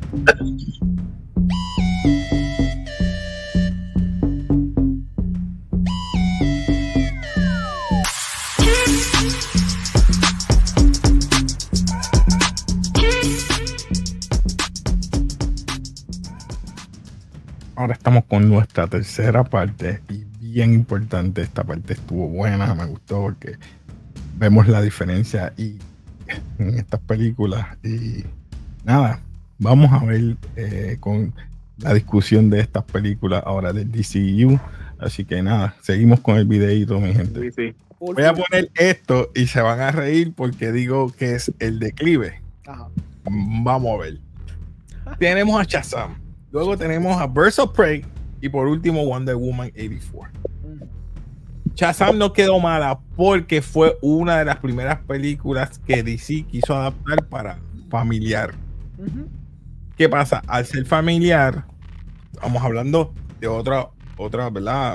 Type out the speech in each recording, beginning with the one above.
Ahora estamos con nuestra tercera parte y bien importante. Esta parte estuvo buena, me gustó porque vemos la diferencia en estas películas. Y nada, vamos a ver con la discusión de estas películas ahora del DCU. Así que nada, seguimos con el videito, mi gente. Sí. Voy a poner esto y se van a reír porque digo que es el declive. Ajá. Vamos a ver. Tenemos a Shazam. Luego tenemos a Birds of Prey y por último Wonder Woman 84. Shazam no quedó mala porque fue una de las primeras películas que DC quiso adaptar para familiar. ¿Qué pasa? Al ser familiar, estamos hablando de otra, ¿verdad?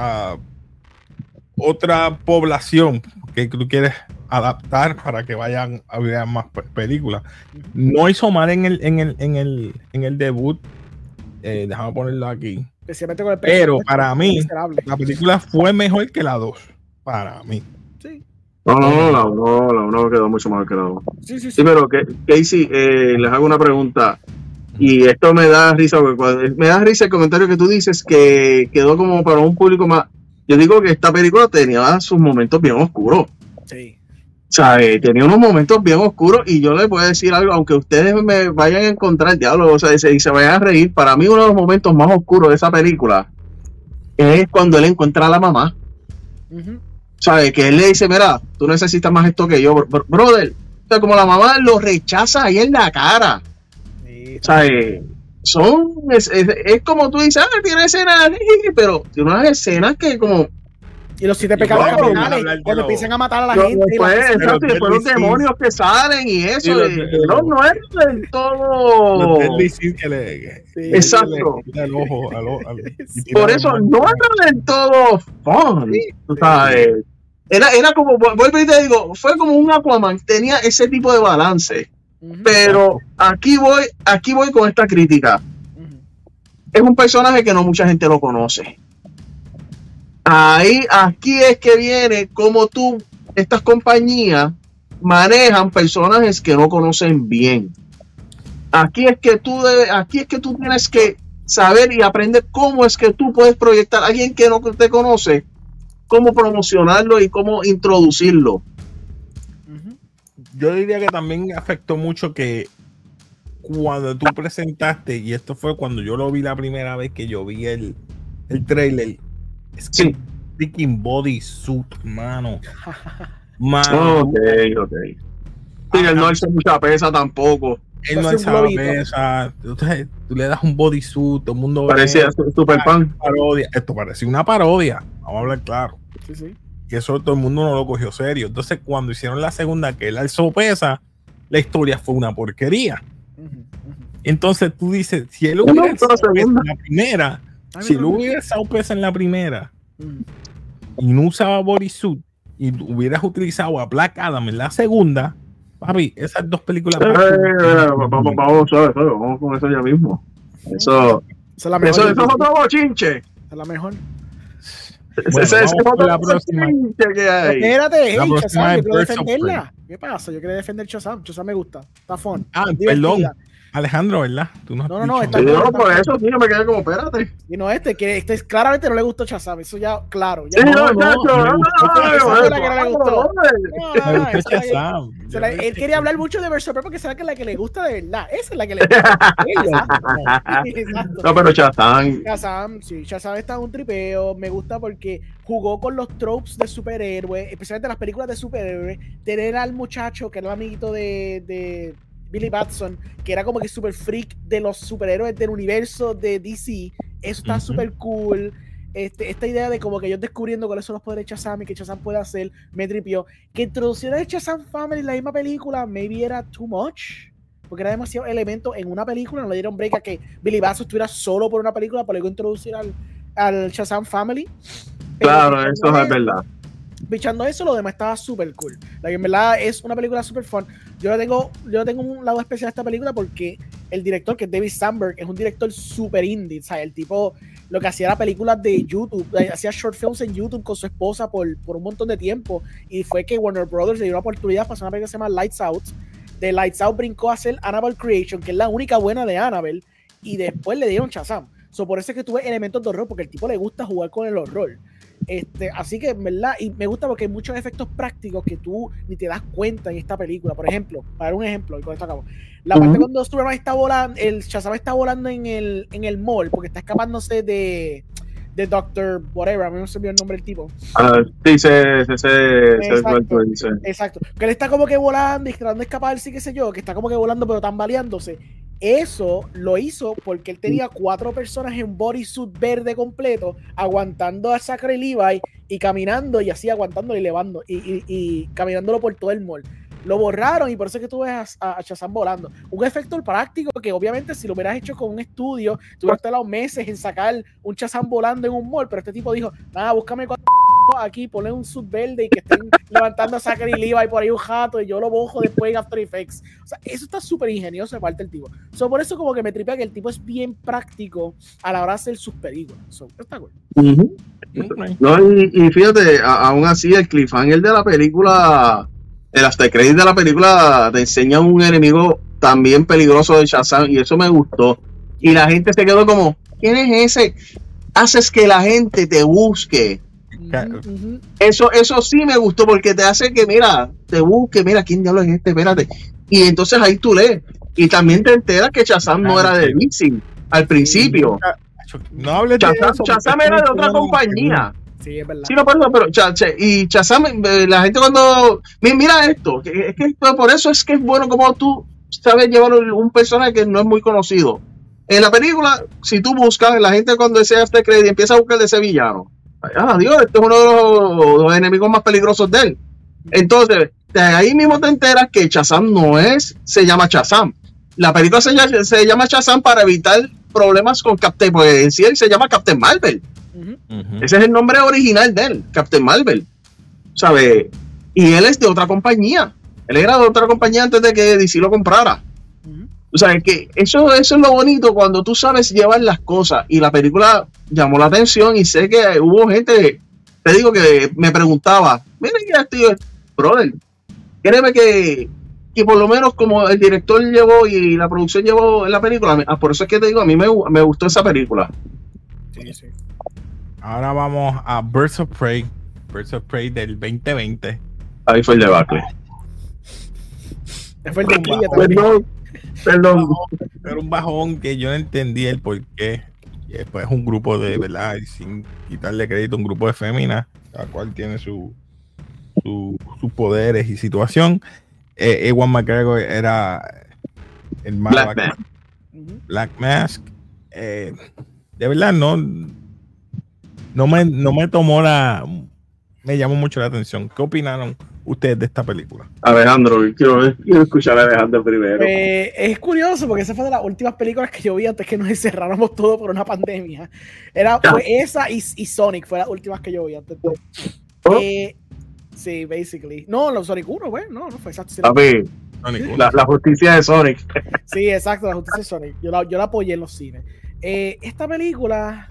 Otra población que tú quieres adaptar para que vayan a ver más películas. No hizo mal en el debut. Déjame ponerlo aquí. Especialmente con el pero para mí, la película fue mejor que la 2. Para mí. Sí. No, la 1 quedó mucho mejor que la 2. Sí, pero Casey, les hago una pregunta. Y esto me da risa, porque me da risa el comentario que tú dices que quedó como para un público más. Yo digo que esta película tenía sus momentos bien oscuros. Sí. O sea, tenía unos momentos bien oscuros y yo les voy a decir algo, aunque ustedes me vayan a encontrar el diablo, o sea, y se vayan a reír, para mí uno de los momentos más oscuros de esa película es cuando él encuentra a la mamá. ¿Sabes? Que él le dice, mira, tú necesitas más esto que yo, brother. O sea, como la mamá lo rechaza ahí en la cara. Sí, ¿sabes? Es como tú dices, tiene escenas, pero tiene unas escenas que como... Y los 7 pecados capitales, cuando empiezan a matar a la gente. Después los demonios que salen y eso. No es del todo. Exacto. Por eso no era del todo fun. Tú sabes. Era como, vuelvo y te digo, fue como un Aquaman, tenía ese tipo de balance. Pero aquí voy con esta crítica. Es un personaje que no mucha gente lo conoce. Aquí es que viene como estas compañías manejan personajes que no conocen bien. Aquí es que tú tienes que saber y aprender cómo es que tú puedes proyectar a alguien que no te conoce, cómo promocionarlo y cómo introducirlo. Yo diría que también afectó mucho que cuando tú presentaste, y esto fue cuando yo lo vi la primera vez que yo vi el trailer. Es que sí. Freaking bodysuit, mano. Ok. Sí, él no hizo mucha pesa tampoó. Él no alzaba pesa. Entonces, tú le das un bodysuit, todo el mundo parecía Super Pan. Parodia. Esto parecía una parodia. Vamos a hablar claro. Sí. Y eso todo el mundo no lo cogió serio. Entonces, cuando hicieron la segunda, que él alzó pesa, la historia fue una porquería. Entonces, tú dices, si él hubiera alzado pesa en la primera. Si él hubiera usado pesa en la primera y no usaba bodysuit y hubieras utilizado a Black Adam en la segunda, papi, esas dos películas. Vamos con eso ya mismo. Eso es otro bochinche. Es la mejor. Bueno, esa es la próxima. Que hay. Espérate, Shazam, yo quiero defenderla. ¿Qué pasa? Yo quiero defender Shazam. Shazam me gusta. Está fun. Perdón. Alejandro, ¿verdad? Tú no, por eso, tío, me quedé como, espérate. Y no, claramente no le gustó Shazam, eso ya, claro. Ya, él quería hablar mucho de Birds of Prey porque sabe que es la que le gusta de verdad. Esa es la que le gusta. No, pero Shazam. Sí, Shazam está en un tripeo. Me gusta porque jugó con los tropes de superhéroes, especialmente las películas de superhéroes. Tener al muchacho que era el amiguito de Billy Batson, que era como que super freak de los superhéroes del universo de DC, eso está súper cool. Esta idea de como que ellos descubriendo cuáles son los poderes de Shazam y que Shazam puede hacer, me tripió. Que introducieron el Shazam Family en la misma película, maybe era too much, porque era demasiado elemento en una película, no le dieron break a que Billy Batson estuviera solo por una película para luego introducir al Shazam Family. Claro, eso es verdad. Bichando eso, lo demás estaba súper cool. En verdad es una película súper fun. Yo tengo un lado especial a esta película porque el director, que es David Sandberg, es un director super indie, o sea, el tipo lo que hacía era películas de YouTube, hacía short films en YouTube con su esposa por un montón de tiempo, y fue que Warner Brothers le dio una oportunidad para hacer una película que se llama Lights Out. De Lights Out brincó a hacer Annabelle Creation, que es la única buena de Annabelle, y después le dieron Shazam. Por eso es que tuve elementos de horror, porque el tipo le gusta jugar con el horror. Así que, en verdad, y me gusta porque hay muchos efectos prácticos que tú ni te das cuenta en esta película. Por ejemplo, para dar un ejemplo, y con esto acabo. La parte cuando Superman está volando, el Shazam está volando en el mall, porque está escapándose de Doctor Whatever, a mí no se me olvidó el nombre del tipo. Exacto. Que él está como que volando y tratando de escaparse, qué sé yo, que está como que volando pero tambaleándose. Eso lo hizo porque él tenía 4 personas en bodysuit verde completo aguantando a Zachary Levi y caminando y así aguantándolo y levando y caminándolo por todo el mall. Lo borraron y por eso es que tú ves a Shazam volando. Un efecto práctico que obviamente si lo hubieras hecho con un estudio, tú hubieras tardado meses en sacar un Shazam volando en un mall, pero este tipo dijo, nada, búscame aquí, ponle un suit verde y que estén levantando a Zachary Levi por ahí un jato y yo lo bojo después en After Effects. O sea, eso está súper ingenioso de parte del tipo. Por eso como que me tripea que el tipo es bien práctico a la hora de hacer sus películas. Está cool. No, y fíjate, aún así el cliffhanger de la película, el after credit de la película te enseña un enemigo también peligroso de Shazam y eso me gustó. Y la gente se quedó como, ¿quién es ese? Haces que la gente te busque. Eso sí me gustó porque te hace que, mira, te busque, mira, ¿quién diablo es este? Espérate. Y entonces ahí tú lees. Y también te enteras que Shazam no era de DC al principio. No hables de eso. Shazam era de otra compañía. Sí, es verdad. Sí, no, pero y Shazam, la gente cuando mira esto, es que por eso es que es bueno como tú sabes llevar un personaje que no es muy conocido. En la película, si tú buscas, la gente cuando ese after credit empieza a buscar de ese villano. Dios, este es uno de los enemigos más peligrosos de él. Entonces, de ahí mismo te enteras que Shazam se llama Shazam. La película se llama Shazam para evitar problemas con Captain, porque en sí él se llama Captain Marvel. Ese es el nombre original de él, Captain Marvel. ¿Sabe? Y él es de otra compañía. Él era de otra compañía antes de que DC lo comprara. O sea, que eso es lo bonito cuando tú sabes llevar las cosas. Y la película llamó la atención y sé que hubo gente, te digo, que me preguntaba, mira, tío, brother, créeme que por lo menos como el director llevó y la producción llevó en la película, por eso es que te digo, a mí me gustó esa película. Sí. Ahora vamos a Birds of Prey del 2020. Ahí fue el debacle. Fue el de Perdón. Era un bajón que yo no entendí el por qué. Y después es un grupo de, ¿verdad? Y sin quitarle crédito, un grupo de féminas, cada cual tiene sus poderes y situación. Ewan McGregor era el malo Black Mask. De verdad, no me tomó me llamó mucho la atención. ¿Qué opinaron ustedes de esta película? Alejandro, quiero escuchar a Alejandro primero. Es curioso porque esa fue de las últimas películas que yo vi antes que nos encerráramos todo por una pandemia. Fue esa y Sonic fue las últimas que yo vi antes de... sí, basically. No, los Sonic 1, güey. No fue exacto. La justicia de Sonic. Sí, exacto, la justicia de Sonic. Yo la apoyé en los cines. Esta película...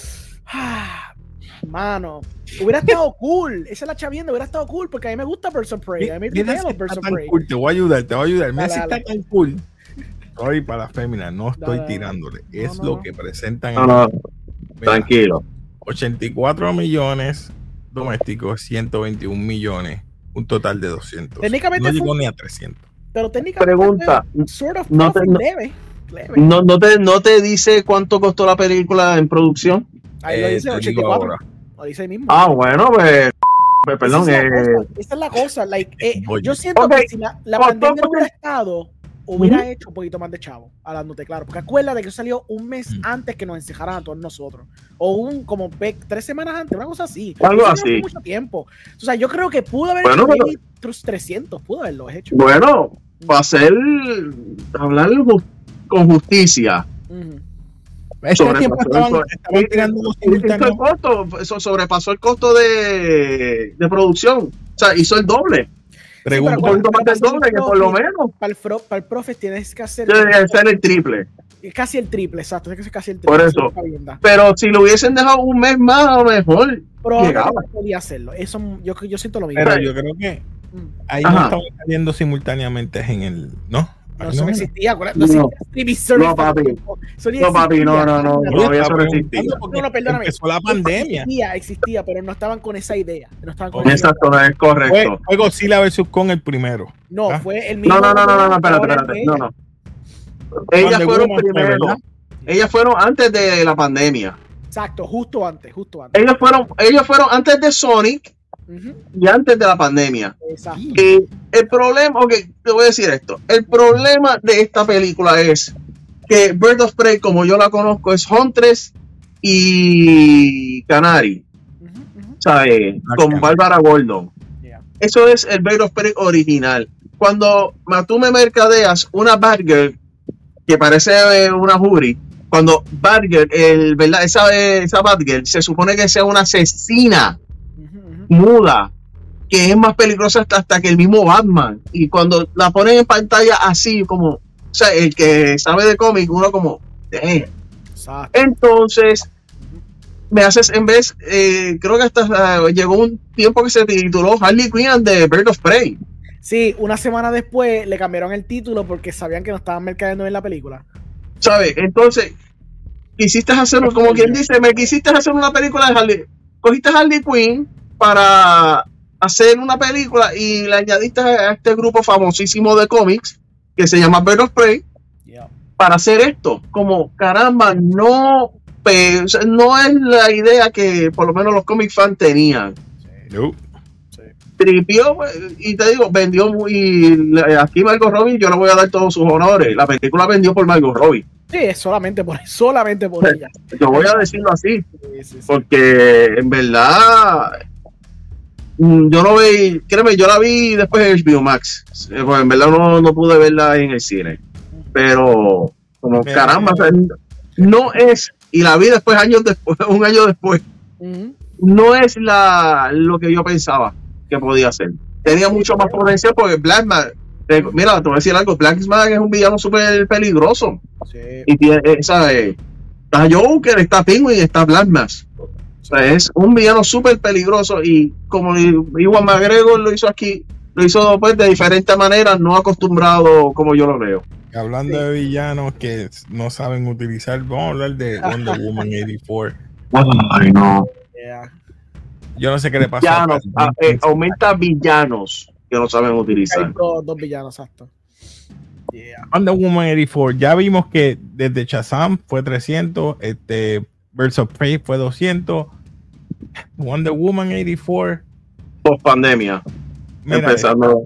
Mano, hubiera estado cool. Esa es la chavienda, hubiera estado cool porque a mí me gusta Birds of Prey. A mí me gusta Birds of Prey. Cool. Te voy a ayudar. Mira si está tan cool. Sorry para la fémina, no estoy tirándole. Es lo que presentan. No, tranquilo. 84 millones domésticos, 121 millones, un total de 200. Técnicamente no llegó ni a 300. Pero técnicamente pregunta, sort of leve. No te dice cuánto costó la película en producción. Ahí lo dice 84. Lo dice ahí mismo. Bueno, pues perdón. Esa es la cosa. Yo siento que si la pandemia no hubiera estado, hubiera hecho un poquito más de chavo, hablándote claro. Porque acuérdate que salió un mes antes que nos encerraran a todos nosotros. O como 3 semanas antes, una cosa así. Algo así. Mucho tiempo. O sea, yo creo que pudo haber hecho otros 300, pudo haberlo hecho. Bueno, para hablar con justicia. Sobrepasó el costo de producción. O sea, hizo el doble. Pregunto. Un poquito más del doble, que por lo menos. Para el Profes tienes que hacer. Debe ser el triple. Casi el triple, exacto. Es casi el triple. Por eso. Pero si lo hubiesen dejado un mes más, a lo mejor. Probablemente podía hacerlo. Eso yo siento lo mismo. Pero yo creo que ahí no estaban saliendo simultáneamente en el. ¿No? No, eso no existía. No, papi. No, todavía eso no existía. No, perdóname. Empezó la pandemia. Existía, pero no estaban con esa idea. Exacto, no es correcto. Fue Godzilla vs. Kong el primero. No, fue el mismo. No, espérate. No. Ellas fueron primero. Ellas fueron antes de la pandemia. Exacto, justo antes. Ellos fueron antes de Sonic y antes de la pandemia. Exacto. Y el problema, te voy a decir esto. El problema de esta película es que Birds of Prey, como yo la conozco, es Huntress y Canary. ¿Sabes? Con Bárbara Gordon. Yeah. Eso es el Birds of Prey original. Cuando tú me mercadeas una Batgirl que parece una Jury, cuando Batgirl, ¿verdad? Esa Batgirl se supone que sea una asesina muda, que es más peligrosa hasta que el mismo Batman, y cuando la ponen en pantalla así, como, o sea, el que sabe de cómic, uno como, entonces me haces, en vez, creo que hasta llegó un tiempo que se tituló Harley Quinn and the Birds of Prey. Sí, una semana después le cambiaron el título porque sabían que no estaban mercadeando en la película. ¿Sabes? Entonces, quisiste hacer, como quien dice, me quisiste hacer una película de Harley. Cogiste a Harley Quinn para hacer una película y le añadiste a este grupo famosísimo de cómics que se llama Birds of Prey para hacer esto. Como, caramba, no es la idea que por lo menos los cómic fans tenían. Tripió, y te digo, vendió muy. Aquí Margot Robbie, yo le voy a dar todos sus honores. La película vendió por Margot Robbie. Sí, solamente por ella. Yo voy a decirlo así, sí. Porque en verdad, yo no vi, créeme, yo la vi después en HBO Max. Pues en verdad no pude verla en el cine. Pero, como caramba, no es, y la vi después, un año después, no es lo que yo pensaba que podía ser. Tenía mucho más potencial porque Blackman, mira, te voy a decir algo, Blackman es un villano súper peligroso. Sí. Y tiene, ¿sabes? Está Joker, está Penguin, está Blackman. O sea, es un villano súper peligroso y como Iwan McGregor lo hizo aquí, lo hizo pues, de diferentes maneras, no acostumbrado como yo lo veo. Hablando de villanos que no saben utilizar, vamos a hablar de Wonder Woman 84. Ay, no. Yeah. Yo no sé qué le pasó. Villanos, aumenta villanos que no saben utilizar. Hay dos villanos, exacto. Yeah. Wonder Woman 84. Ya vimos que desde Shazam fue 300, Birds of Prey fue 200. Wonder Woman 84. Post pandemia. Empezando.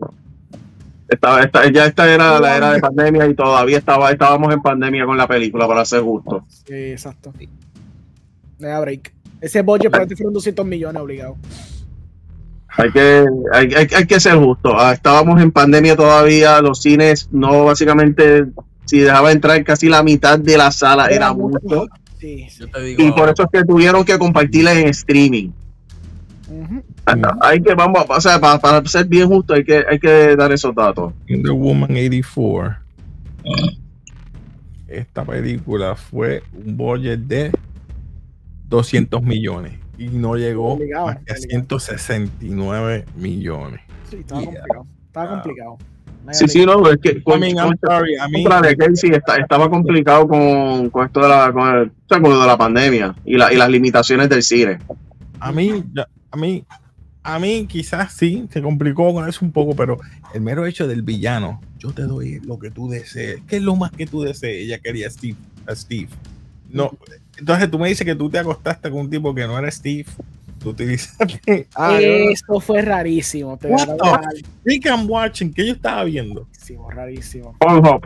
Esta era la era de pandemia y todavía estábamos en pandemia con la película, para ser justo. Sí, exacto. Me da break. Ese budget probablemente fueron 200 millones obligado. Hay que ser justo. Estábamos en pandemia todavía, los cines no, básicamente, si dejaba entrar casi la mitad de la sala era mucho. Sí. Yo te digo, y por eso es que tuvieron que compartirla en streaming. Hay que, para ser bien justo, hay que dar esos datos. Wonder Woman 84. Esta película fue un budget de 200 millones y no llegó a 169 millones. Sí, estaba complicado. Estaba complicado. Sí, no, es que estaba complicado con esto de la pandemia y las limitaciones del cine. A mí quizás sí se complicó con eso un poco, pero el mero hecho del villano, yo te doy lo que tú desees. ¿Qué es lo más que tú desees? Ella quería a Steve. No, entonces tú me dices que tú te acostaste con un tipo que no era Steve. Tú utilizaste. Eso fue rarísimo. Rick and Watching, que yo estaba viendo. Rarísimo. Pornhub.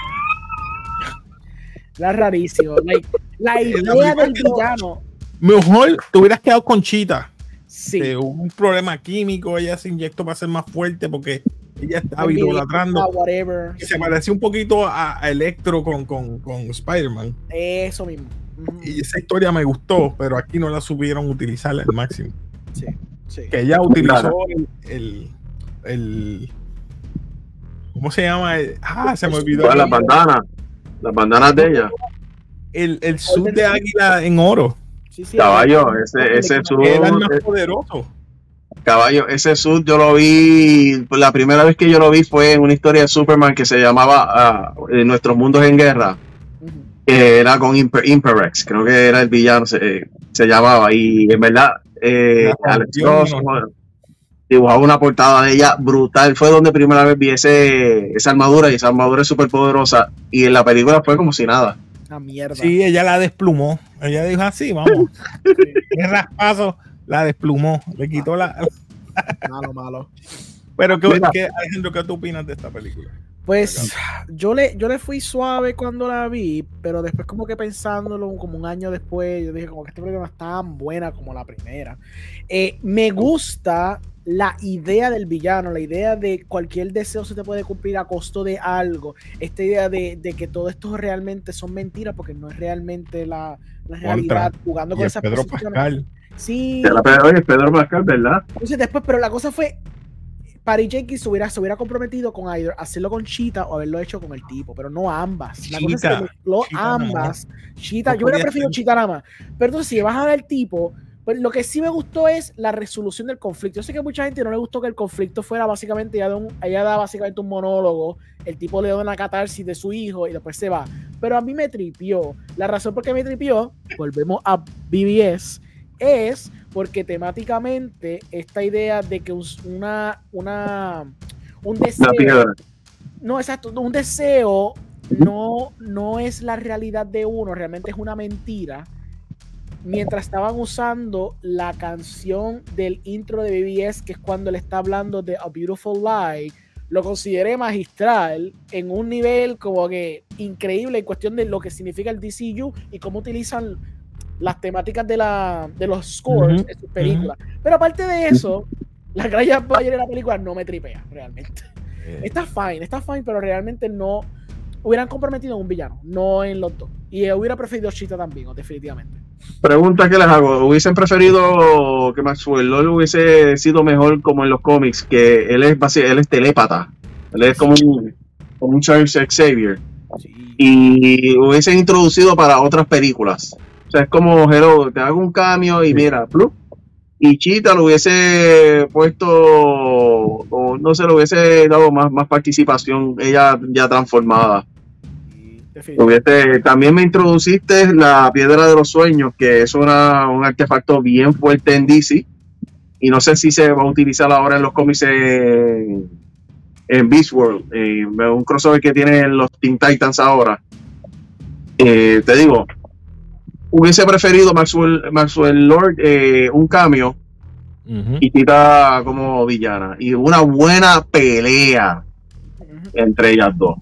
Rarísimo. La idea del villano. Mejor te hubieras quedado con Cheetah. Sí. Hubo un problema químico, ella se inyectó para ser más fuerte porque ella estaba idolatrando. Se parecía un poquito a Electro con Spider-Man. Eso mismo. Y esa historia me gustó, pero aquí no la supieron utilizar al máximo. Sí. Que ella utilizó ¿Cómo se llama? Se me olvidó. ¿Cuál? Las bandanas de ella. El sud de águila en oro. Sí, sí, Caballo, ese sud. Era el más poderoso. Caballo, ese sud yo lo vi, la primera vez que yo lo vi fue en una historia de Superman que se llamaba Nuestros Mundos en Guerra. Era con Imperex, creo que era el villano, se llamaba, y en verdad Alex Ross dibujaba una portada de ella brutal. Fue donde primera vez vi esa armadura, y esa armadura es súper poderosa, y en la película fue como si nada. Una mierda. Sí, ella la desplumó. Ella dijo así, vamos. Qué raspazo, la desplumó. Le quitó la. Malo. Pero, Alejandro, ¿qué tú opinas de esta película? Pues yo le fui suave cuando la vi, pero después como que pensándolo, como un año después, yo dije como que esta película no es tan buena como la primera. Me gusta la idea del villano, la idea de cualquier deseo se te puede cumplir a costo de algo, esta idea de que todo esto realmente son mentiras porque no es realmente la realidad, jugando con esas Pedro posiciones. Pascal. Sí. Oye, Pedro Pascal, ¿verdad? Entonces después, pero la cosa fue, Patty Jenkins se hubiera comprometido con hacerlo con Cheetah o haberlo hecho con el tipo, pero no ambas. La cosa es que mezcló ambas. Cheetah, yo hubiera preferido Cheetah nada más. Pero entonces, si vas a ver el tipo, pues lo que sí me gustó es la resolución del conflicto. Yo sé que a mucha gente no le gustó que el conflicto fuera básicamente, ella da básicamente un monólogo, el tipo le da una catarsis de su hijo y después se va. Pero a mí me tripió. La razón por qué me tripió, volvemos a BBS, es porque temáticamente esta idea de que un deseo, no, exacto, un deseo no es la realidad de uno, realmente es una mentira. Mientras estaban usando la canción del intro de BBS, que es cuando le está hablando de A Beautiful Lie, lo consideré magistral en un nivel como que increíble en cuestión de lo que significa el DCU y cómo utilizan las temáticas de los scores en sus películas. Pero aparte de eso, la gran mayoría de la película no me tripea realmente. Está fine, pero realmente no hubieran comprometido en un villano, no en los dos. Y hubiera preferido Cheetah también, definitivamente. Pregunta que les hago: ¿hubiesen preferido que Maxwell Lord hubiese sido mejor como en los cómics, que él es telépata, él es como un Charles Xavier, y hubiesen introducido para otras películas? O sea, es como, hello, te hago un cambio y mira, plup, y Cheetah lo hubiese puesto, o no sé, le hubiese dado más participación, ella ya transformada. También me introduciste la Piedra de los Sueños, que es un artefacto bien fuerte en DC, y no sé si se va a utilizar ahora en los cómics en Beast World, un crossover que tienen los Teen Titans ahora. Te digo, hubiese preferido Maxwell Lord un cameo y Cheetah como villana, y una buena pelea entre ellas dos.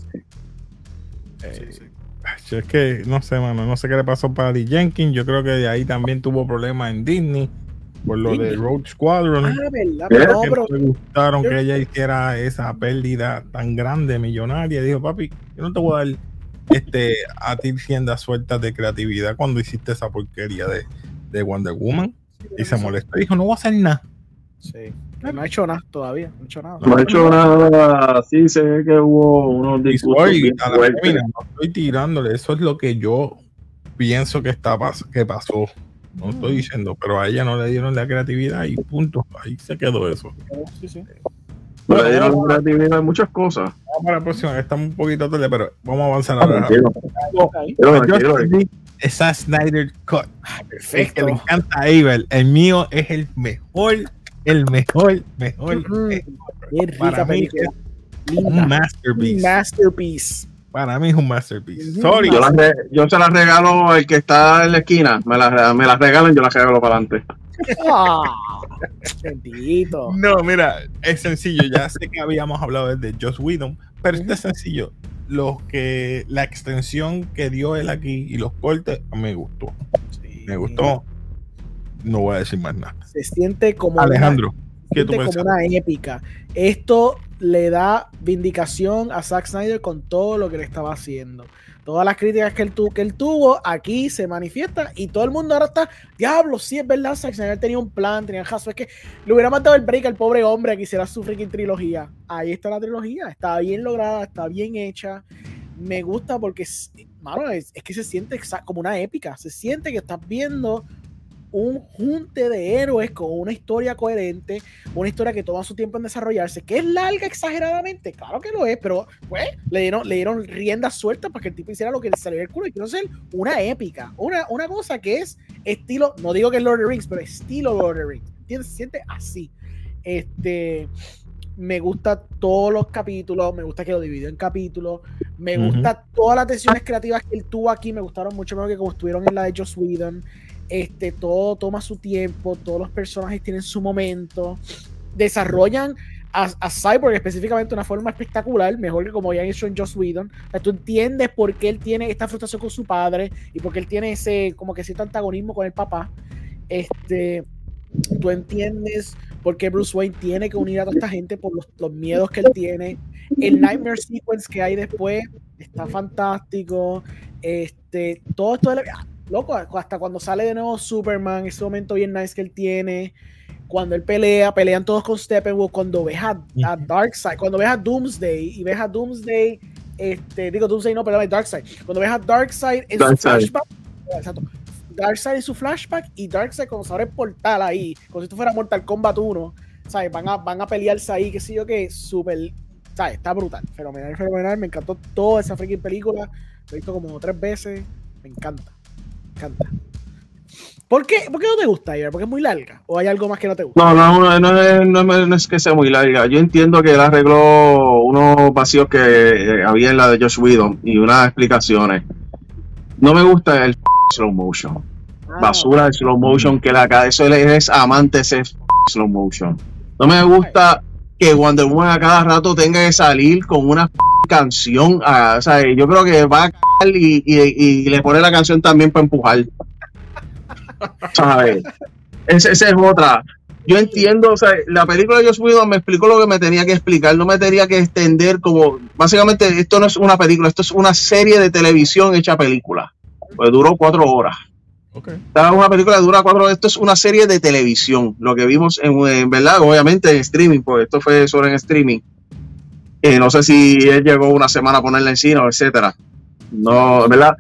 Es que no sé, mano, no sé qué le pasó a Patty Jenkins. Yo creo que de ahí también tuvo problemas en Disney por lo de Rogue Squadron. ¿Verdad? No me gustaron que ella hiciera esa pérdida tan grande, millonaria. Dijo, papi, yo no te voy a dar a ti riendas sueltas de creatividad cuando hiciste esa porquería de Wonder Woman. Y se molestó, dijo, no voy a hacer nada. Sí. No ha hecho nada todavía, no ha hecho nada. Sí, se ve que hubo unos discursos bien fuertes. No estoy tirándole, eso es lo que yo pienso que pasó. No estoy diciendo, pero a ella no le dieron la creatividad y punto. Ahí se quedó eso. Sí. No le dieron la creatividad en muchas cosas. Vamos para la próxima, estamos un poquito tarde, pero vamos a avanzar ahora. Esa Snyder Cut. Perfecto. Que le encanta a Abel. El mío es el mejor. Para mí es un masterpiece. Para mí es un masterpiece. Sorry. Yo se la regalo al que está en la esquina. Me la regalan, yo la regalo para adelante. Bendito. No, mira, es sencillo. Ya sé que habíamos hablado de Joss Whedon, pero esto es sencillo. La extensión que dio él aquí y los cortes me gustó. Sí. Me gustó. No voy a decir más nada. Se siente como Alejandro. siente como una épica. Esto le da vindicación a Zack Snyder con todo lo que le estaba haciendo. Todas las críticas que él tuvo, aquí se manifiesta y todo el mundo ahora está, diablo, sí es verdad, Zack Snyder tenía un plan, tenía caso, es que le hubiera mandado el break al pobre hombre a que hiciera su freaking trilogía. Ahí está la trilogía, está bien lograda, está bien hecha. Me gusta porque, mano, es que se siente como una épica, se siente que estás viendo un junte de héroes con una historia coherente, una historia que toma su tiempo en desarrollarse, que es larga exageradamente, claro que lo es, pero pues le dieron riendas sueltas para que el tipo hiciera lo que le saliera del culo y quiero hacer una épica, una cosa que es estilo, no digo que es Lord of the Rings, pero estilo Lord of the Rings, ¿entiendes? Se siente así. Me gusta todos los capítulos, me gusta que lo dividió en capítulos, me gusta todas las decisiones creativas que él tuvo aquí, me gustaron mucho más que como estuvieron en la de Joss Whedon. Todo toma su tiempo, todos los personajes tienen su momento, desarrollan a Cyborg específicamente de una forma espectacular, mejor que como habían hecho en Joss Whedon. O sea, tú entiendes por qué él tiene esta frustración con su padre y por qué él tiene ese como que cierto antagonismo con el papá. Tú entiendes por qué Bruce Wayne tiene que unir a toda esta gente por los miedos que él tiene. El Nightmare Sequence que hay después está fantástico. Todo esto de loco, hasta cuando sale de nuevo Superman, ese momento bien nice que él tiene, cuando él pelean todos con Steppenwolf, cuando ves a Darkseid, cuando ves a Doomsday y ves a Doomsday, Doomsday no, perdón, Darkseid, cuando ves a Darkseid en su flashback, exacto, Darkseid en su flashback y Darkseid cuando se abre el portal ahí, como si esto fuera Mortal Kombat 1, ¿sabes? Van a pelearse ahí, qué sé yo, que súper, ¿sabes? Está brutal, fenomenal, me encantó toda esa freaking película, lo he visto como 3 veces, me encanta. ¿Por qué no te gusta, Iber? ¿Porque es muy larga? ¿O hay algo más que no te gusta? No es que sea muy larga. Yo entiendo que él arregló unos vacíos que había en la de Joss Whedon y unas explicaciones. No me gusta el slow motion. Basura de slow motion que eso es amante ese slow motion. No me gusta que Wonder Woman a cada rato tenga que salir con una canción. O sea, yo creo que va a y le pone la canción también para empujar. ¿Sabes? Esa es otra. Yo entiendo, o sea, la película de Joss Whedon me explicó lo que me tenía que explicar, no me tenía que extender como, básicamente esto no es una película, esto es una serie de televisión hecha película. Pues duró 4 horas. Okay. Una película dura 4 horas, esto es una serie de televisión, lo que vimos en verdad, obviamente en streaming, porque esto fue solo en streaming. No sé si él llegó una semana a ponerla en cine, etcétera. No, ¿verdad?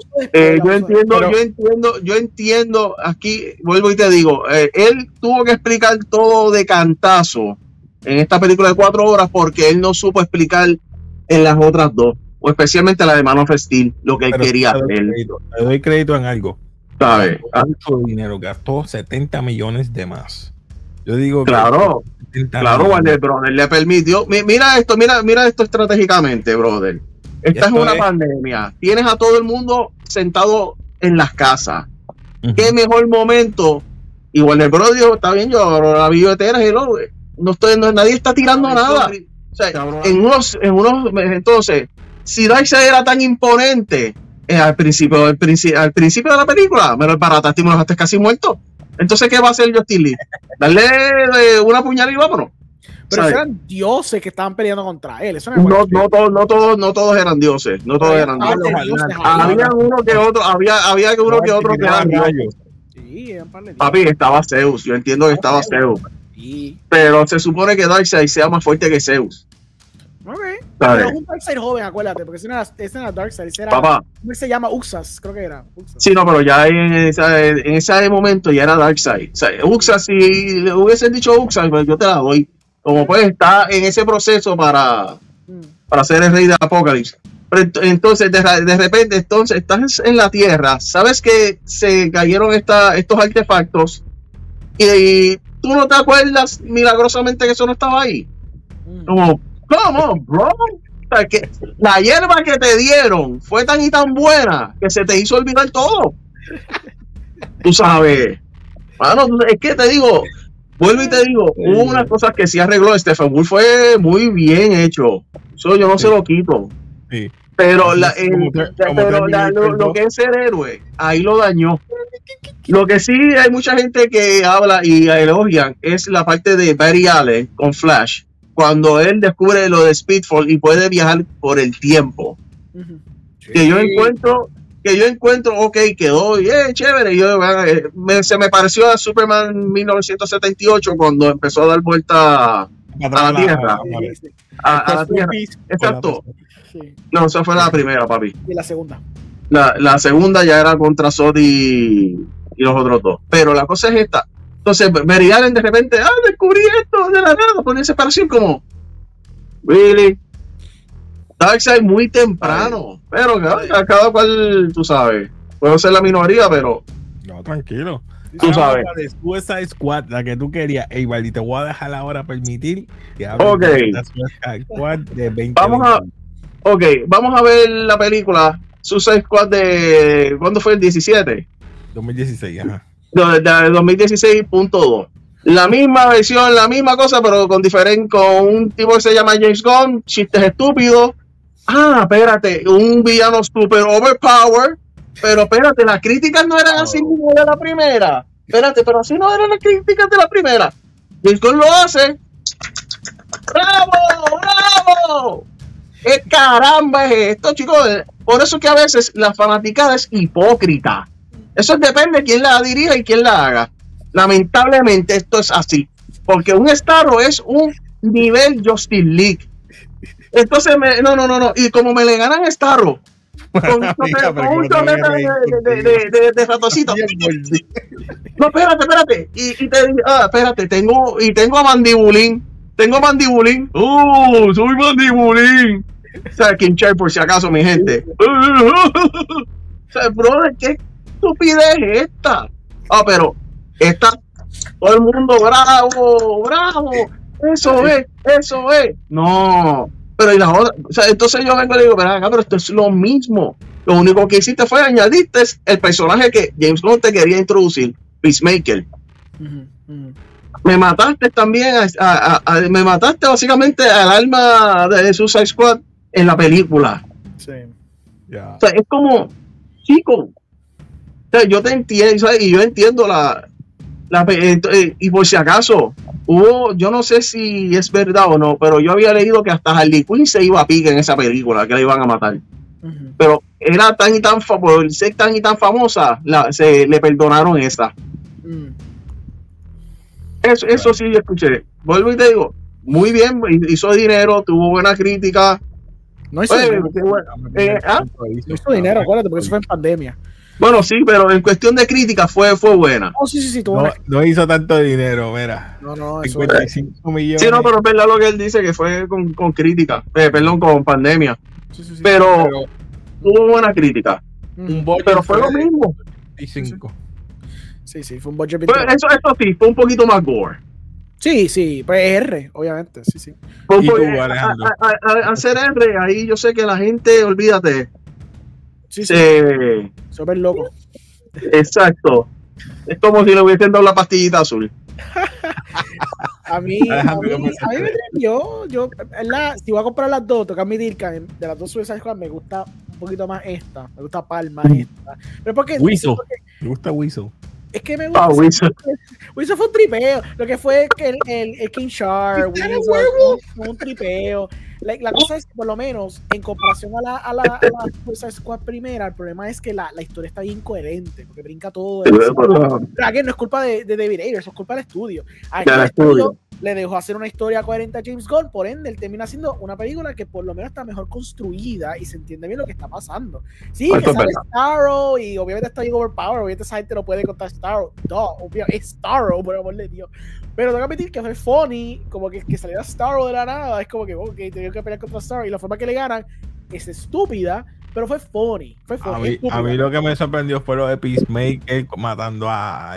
Yo entiendo, aquí vuelvo y te digo, él tuvo que explicar todo de cantazo en esta película de 4 horas porque él no supo explicar en las otras 2, o especialmente la de Man of Steel, lo que él quería hacer. Te doy crédito en algo. ¿Sabes? Mucho dinero, gastó 70 millones de más. Yo digo claro, Warner Brothers le permitió, mira esto estratégicamente, brother. Esta es una pandemia. Tienes a todo el mundo sentado en las casas. Qué mejor momento. Y Warner Bros. Dijo, está bien, yo abro la billetera y nadie está tirando nada. O sea, entonces, si Darkseid era tan imponente al principio de la película, me lo embarataste y me lo dejaste casi muerto. Entonces, ¿qué va a hacer Justin Lee? Darle una puñalada y vámonos. Pero esos eran dioses que estaban peleando contra él. Eso no todos eran dioses. No todos eran dioses. Había uno que otro. Había uno que otro que eran dioses. Sí, papi, estaba Zeus. Yo entiendo que estaba Zeus. Sí. Pero se supone que Darkseid sea más fuerte que Zeus. Ok. Pero es un Darkseid joven, acuérdate. Porque ese era Darkseid. ¿Cómo se llama? Uxas, creo que era. Uxas. Sí, no, pero ya en ese momento ya era Darkseid. O sea, Uxas, si le hubiesen dicho Uxas, pues yo te la doy. Como pues está en ese proceso para ser el rey de Apocalipsis. Pero entonces, de repente, estás en la Tierra, sabes que se cayeron estos artefactos y tú no te acuerdas milagrosamente que eso no estaba ahí. Como, ¿cómo, bro? O sea, que la hierba que te dieron fue tan y tan buena que se te hizo olvidar todo. Tú sabes. Bueno, es que te digo... Vuelvo y te digo, hubo unas cosas que sí arregló Steppenwolf, fue muy bien hecho. Eso yo no se lo quito. Sí. Pero lo que es ser héroe, ahí lo dañó. Lo que sí hay mucha gente que habla y elogian es la parte de Barry Allen con Flash, cuando él descubre lo de Speedfall y puede viajar por el tiempo. Que yo encuentro, ok, quedó chévere. Se me pareció a Superman 1978 cuando empezó a dar vuelta a la Tierra. A la Tierra. Exacto. No, esa fue la primera, papi. Y la segunda. La segunda ya era contra Zod y los otros dos. Pero la cosa es esta. Entonces, Barry Allen de repente, descubrí esto de la nada, pone separación como, really? Darkseid muy temprano, pero cada cual, tú sabes, puedo ser la minoría, pero no, tranquilo. Tú sabes. De Suicide Squad, la que tú querías, Valdi, te voy a dejar ahora permitir que Ok. de la Suicide Squad de 20. Vamos a ver la película Suicide Squad de, ¿cuándo fue? El 17. 2016, ajá. De 2016.2. La misma versión, la misma cosa, pero con un tipo que se llama James Gunn, chistes estúpidos. Espérate, un villano super overpowered, pero espérate, las críticas no eran así como de la primera. Espérate, pero así no eran las críticas de la primera. James Gunn lo hace. ¡Bravo! ¡Bravo! ¿Qué caramba es esto, chicos? Por eso que a veces la fanaticada es hipócrita. Eso depende de quién la dirija y quién la haga. Lamentablemente esto es así. Porque un Starro es un nivel Justice League. Entonces, no. Y como me le ganan Starro, con un chorrete de ratoncito. No, espérate. Y te espérate, tengo a Mandibulín. Soy Mandibulín. O sea, Kinchar por si acaso, mi gente. O sea, brother, ¿qué estupidez es esta? Pero esta, todo el mundo bravo. Eso es. No. Pero y la otra, o sea, entonces yo vengo y le digo, pero esto es lo mismo. Lo único que hiciste fue añadiste el personaje que James Gunn te quería introducir, Peacemaker. Me mataste también, me mataste básicamente al alma de Suicide Squad en la película. Sí. Yeah. O sea, es como, chico, o sea, yo te entiendo, ¿sabes? Y yo entiendo y por si acaso, yo no sé si es verdad o no, pero yo había leído que hasta Harley Quinn se iba a pique en esa película, que la iban a matar. Pero era por ser tan y tan famosa, le perdonaron esa. Eso sí yo escuché. Vuelvo y te digo, muy bien, hizo dinero, tuvo buena crítica. No hizo dinero. No hizo dinero, acuérdate, porque eso fue en pandemia. Bueno, sí, pero en cuestión de crítica fue buena. Sí, no hizo tanto dinero, mira. No, 55 millones. Sí, no, pero es verdad lo que él dice, que fue con crítica, con pandemia. Sí. Pero tuvo buena crítica. Pero fue lo mismo. 25. Sí, fue un budget. Eso sí, fue un poquito más gore. Sí, pues R, obviamente, sí. ¿Y tú, Alejandro? Hacer R, ahí yo sé que la gente, olvídate. Sí. Súper loco. Exacto. Es como si le hubiesen dado la pastillita azul. A mí me yo si voy a comprar las dos, tengo que admitir que de las dos Suicide Squad me gusta un poquito más esta, me gusta Palma esta. Pero porque me gusta Weasel. Es que me gusta. Weasel fue un tripeo. Lo que fue el King Shark, Weasel fue un tripeo. La cosa es que, por lo menos, en comparación a la Suicide Squad primera, el problema es que la historia está bien coherente, porque brinca todo. Pero aquí no es culpa de David Ayer, eso es culpa del estudio. Aquí el estudio le dejó hacer una historia coherente a James Gunn, por ende, él termina haciendo una película que por lo menos está mejor construida y se entiende bien lo que está pasando. Sí, que sale Starro y obviamente está bien overpowered, obviamente esa gente no puede contar Starro. No, obviamente es Starro, por amor de Dios. Pero tengo que admitir que fue funny, como que saliera Starro de la nada, es como que, ok, tengo que pelear contra Starro y la forma que le ganan es estúpida, pero fue funny. A mí lo que me sorprendió fue lo de Peacemaker matando a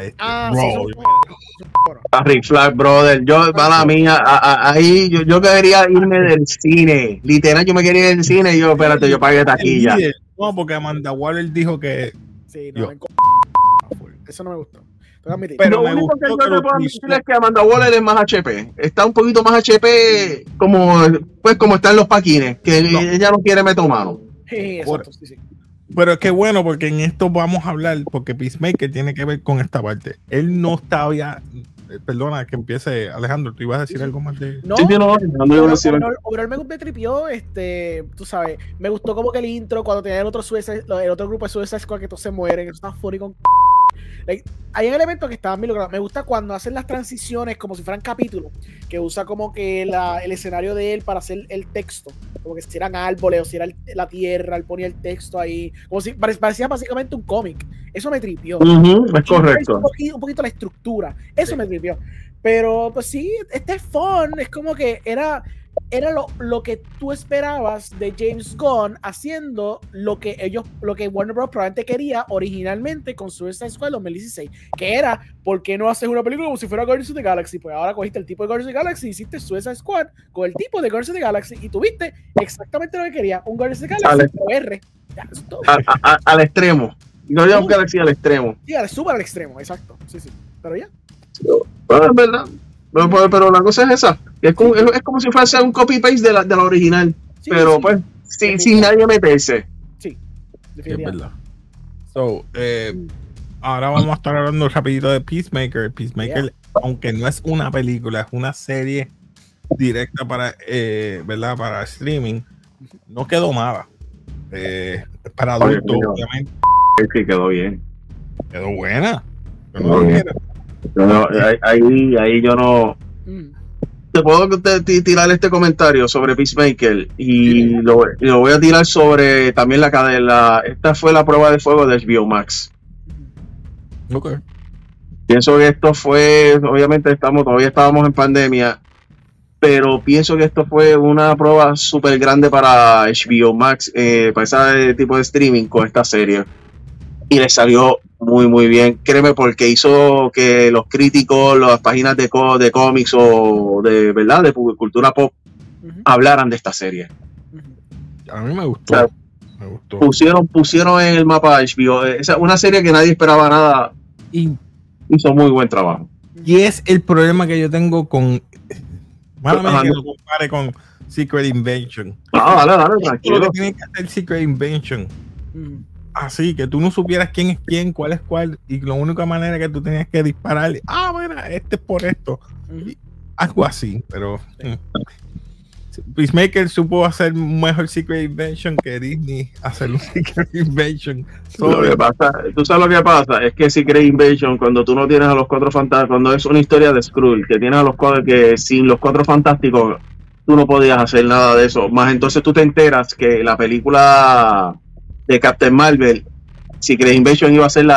a Rick Flag, brother. Para mí, ahí yo quería irme del cine. Literal, yo me quería ir del cine y yo, espérate, yo pagué taquilla. No, porque Amanda Waller dijo que... Sí, eso no me gustó. Pero lo único que yo te puedo decir es que Amanda Waller es más HP. Está un poquito más HP como están los paquines, que ella no quiere meter mano. Exacto, sí. Pero es que bueno, porque en esto vamos a hablar, porque Peacemaker tiene que ver con esta parte. Él no estaba ya. Perdona que empiece, Alejandro, tú ibas a decir algo más de. No, Sí, no iba a decir. overall me tripió, tú sabes, me gustó como que el intro, cuando tenía el otro grupo de Suicide Squad que todos se mueren, eso está funny con like, hay un elemento que está bien logrado. Me gusta cuando hacen las transiciones como si fueran capítulos, que usa como que el escenario de él para hacer el texto, como que si eran árboles o si era la tierra, él ponía el texto ahí, como si parecía básicamente un cómic. Eso me tripió. Es correcto. Un poquito la estructura, eso me tripió. Pero pues sí, este es fun, es como que era lo que tú esperabas de James Gunn haciendo lo que Warner Bros. Probablemente quería originalmente con Suicide Squad 2016, que era, ¿por qué no haces una película como si fuera Guardians of the Galaxy? Pues ahora cogiste el tipo de Guardians of the Galaxy, hiciste Suicide Squad con el tipo de Guardians of the Galaxy y tuviste exactamente lo que quería, un Guardians of the Galaxy R. Ya, eso es todo. Al extremo. Guardians of the Galaxy al extremo. Sí, súper al extremo, exacto. Sí. Pero ya. Bueno, es verdad. Pero la cosa es esa. Es como si fuese un copy-paste de la original. Sí, pero sí, pues, sin nadie meterse. Sí, es verdad. So, ahora vamos a estar hablando rapidito de Peacemaker. Peacemaker, aunque no es una película, es una serie directa para, ¿verdad? Para streaming. No quedó mala. Para adultos, obviamente. Sí, quedó bien. Quedó buena. Ahí yo no te puedo tirar este comentario sobre Peacemaker y lo voy a tirar sobre también esta fue la prueba de fuego de HBO Max. Okay. Pienso que esto fue, obviamente todavía estábamos en pandemia, pero pienso que esto fue una prueba súper grande para HBO Max, para ese tipo de streaming con esta serie. Y le salió muy, muy bien. Créeme, porque hizo que los críticos, las páginas de cómics o de verdad de cultura pop hablaran de esta serie. A mí me gustó. Me gustó. Pusieron en el mapa HBO. Una serie que nadie esperaba nada. Y hizo muy buen trabajo. Y es el problema que yo tengo con. Malamente que lo compare con Secret Invasion. Dale, tranquilo. Lo que tiene que hacer Secret Invasion. Así que tú no supieras quién es quién, cuál es cuál, y la única manera que tú tenías que dispararle, mira, este es por esto, algo así. Pero Peacemaker supo hacer un mejor Secret Invasion que Disney hacer un Secret Invasion. Tú sabes lo que pasa, es que Secret Invasion, cuando tú no tienes a los Cuatro Fantásticos, cuando es una historia de Skrull, que tienes a los cuatro, que sin los Cuatro Fantásticos tú no podías hacer nada de eso, más entonces tú te enteras que la película de Captain Marvel, Secret Invasion iba a ser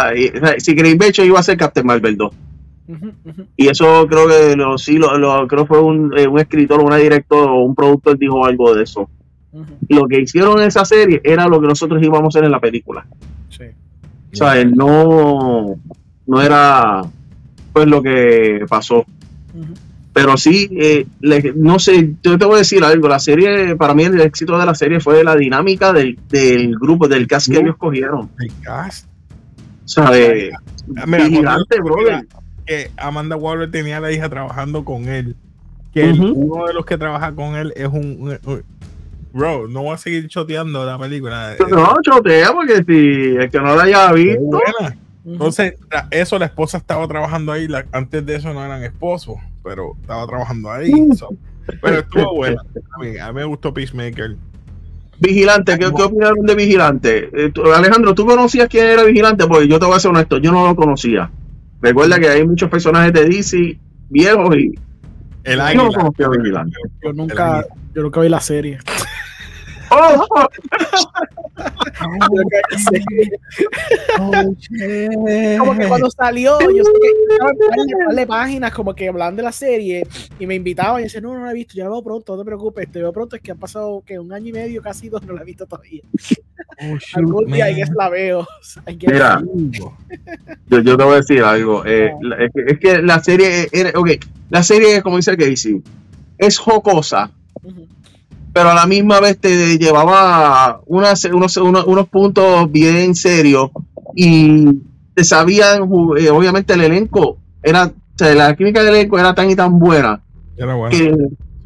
Captain Marvel 2. Y eso creo que creo fue un escritor, una director o un productor dijo algo de eso. Lo que hicieron en esa serie era lo que nosotros íbamos a hacer en la película. Sí. O sea, no era pues lo que pasó. Pero sí, no sé, yo te voy a decir algo. La serie, para mí el éxito de la serie fue la dinámica del grupo, del cast que ellos cogieron. El cast. O sea, Vigilante, brother. Que Amanda Waller tenía a la hija trabajando con él. Que uno de los que trabaja con él es un bro, no voy a seguir choteando la película. No, chotea, porque si el que no la haya visto. Entonces, eso, la esposa estaba trabajando ahí. Antes de eso no eran esposos, pero estaba trabajando ahí. Pero estuvo bueno. A mí me gustó Peacemaker. Vigilante, ¿qué opinaron de Vigilante? Alejandro, ¿tú conocías quién era Vigilante? Porque yo te voy a ser honesto, yo no lo conocía. Recuerda que hay muchos personajes de DC viejos y el águila. Yo no conocía a Vigilante. Yo nunca vi la serie. Como que cuando salió, yo sé que estaban darle páginas como que hablaban de la serie y me invitaban y decían, no la he visto, ya la veo pronto, no te preocupes, te veo pronto, es que han pasado que 1 año y medio, casi 2, no la he visto todavía. Algún día ahí la veo. Mira, yo te voy a decir algo, es que la serie la serie, como dice Casey, es jocosa, pero a la misma vez te llevaba unos puntos bien serios y te sabían, obviamente el elenco la química del elenco era tan y tan buena, era bueno. que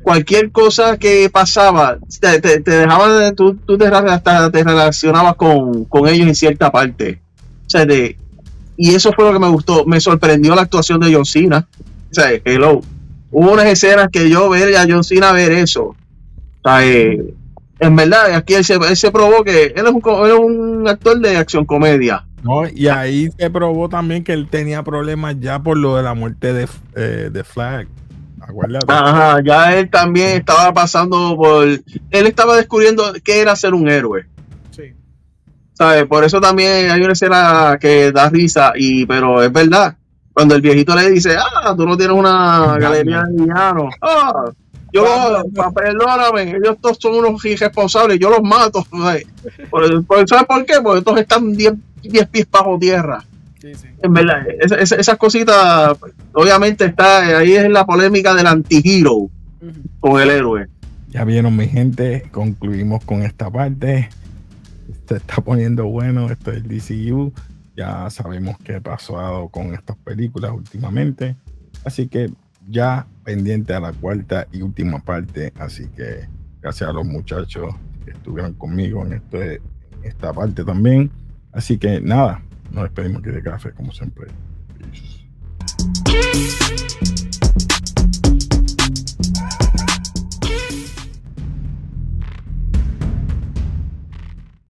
cualquier cosa que pasaba, te dejaba, tú hasta te relacionabas con ellos en cierta parte. O sea, y eso fue lo que me gustó. Me sorprendió la actuación de John Cena. O sea, hello. Hubo unas escenas que yo ver a John Cena ver eso. O sea, en verdad, aquí él se probó que él es un actor de acción comedia. No, y ahí se probó también que él tenía problemas ya por lo de la muerte de Flag. Acuérdate. Ajá, ya él también estaba pasando por... Él estaba descubriendo qué era ser un héroe. Sí. ¿Sabes? Por eso también hay una escena que da risa, pero es verdad. Cuando el viejito le dice, tú no tienes una galería de villanos. Perdóname, ellos todos son unos irresponsables, yo los mato. ¿Sabes por qué? Porque todos están 10 pies bajo tierra. Sí, sí. En verdad, esas cositas, obviamente está ahí es la polémica del anti-hero con el héroe. Ya vieron, mi gente, concluimos con esta parte. Se está poniendo bueno, esto es el DCU. Ya sabemos qué pasó con estas películas últimamente. Así que ya pendiente a la cuarta y última parte. Así que gracias a los muchachos que estuvieron conmigo en esta parte también. Así que nada, nos despedimos aquí de café como siempre. Peace.